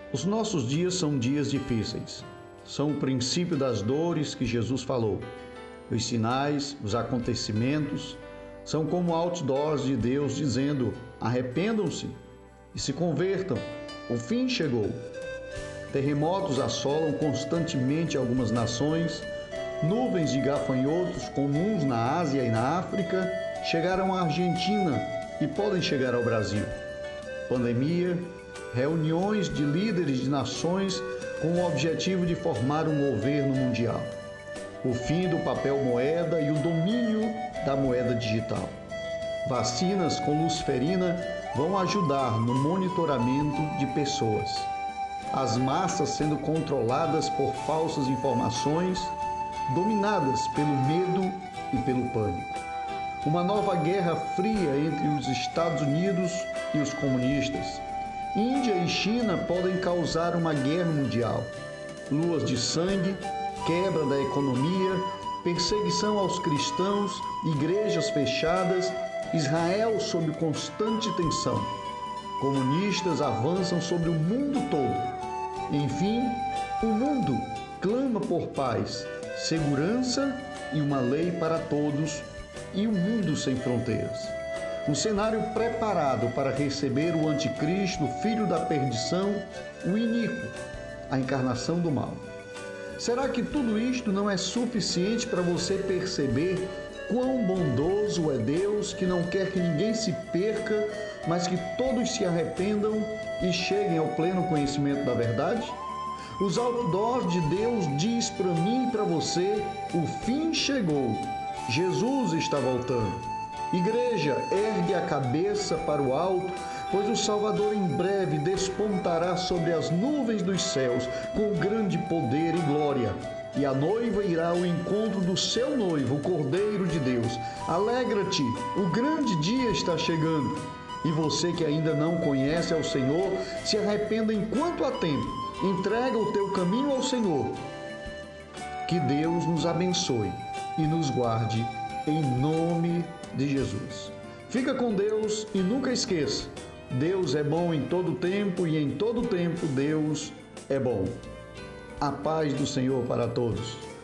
Os nossos dias são dias difíceis. São o princípio das dores que Jesus falou. Os sinais, os acontecimentos, são como outdoors de Deus dizendo: arrependam-se e se convertam, o fim chegou. Terremotos assolam constantemente algumas nações, nuvens de gafanhotos comuns na Ásia e na África chegaram à Argentina e podem chegar ao Brasil. Pandemia, reuniões de líderes de nações com o objetivo de formar um governo mundial. O fim do papel moeda e o domínio da moeda digital. Vacinas com luciferina vão ajudar no monitoramento de pessoas. As massas sendo controladas por falsas informações, dominadas pelo medo e pelo pânico. Uma nova guerra fria entre os Estados Unidos e os comunistas. Índia e China podem causar uma guerra mundial. Luas de sangue, quebra da economia, perseguição aos cristãos, igrejas fechadas, Israel sob constante tensão. Comunistas avançam sobre o mundo todo. Enfim, o mundo clama por paz, segurança e uma lei para todos, e um mundo sem fronteiras. Um cenário preparado para receber o anticristo, o filho da perdição, o iníquo, a encarnação do mal. Será que tudo isto não é suficiente para você perceber quão bondoso é Deus, que não quer que ninguém se perca, mas que todos se arrependam e cheguem ao pleno conhecimento da verdade? Os outdoors de Deus diz para mim e para você: o fim chegou, Jesus está voltando. Igreja, ergue a cabeça para o alto, pois o Salvador em breve despontará sobre as nuvens dos céus com grande poder e glória. E a noiva irá ao encontro do seu noivo, o Cordeiro de Deus. Alegra-te, o grande dia está chegando. E você que ainda não conhece ao Senhor, se arrependa enquanto há tempo. Entrega o teu caminho ao Senhor. Que Deus nos abençoe e nos guarde em nome de Jesus. Fica com Deus e nunca esqueça: Deus é bom em todo tempo e em todo tempo Deus é bom. A paz do Senhor para todos.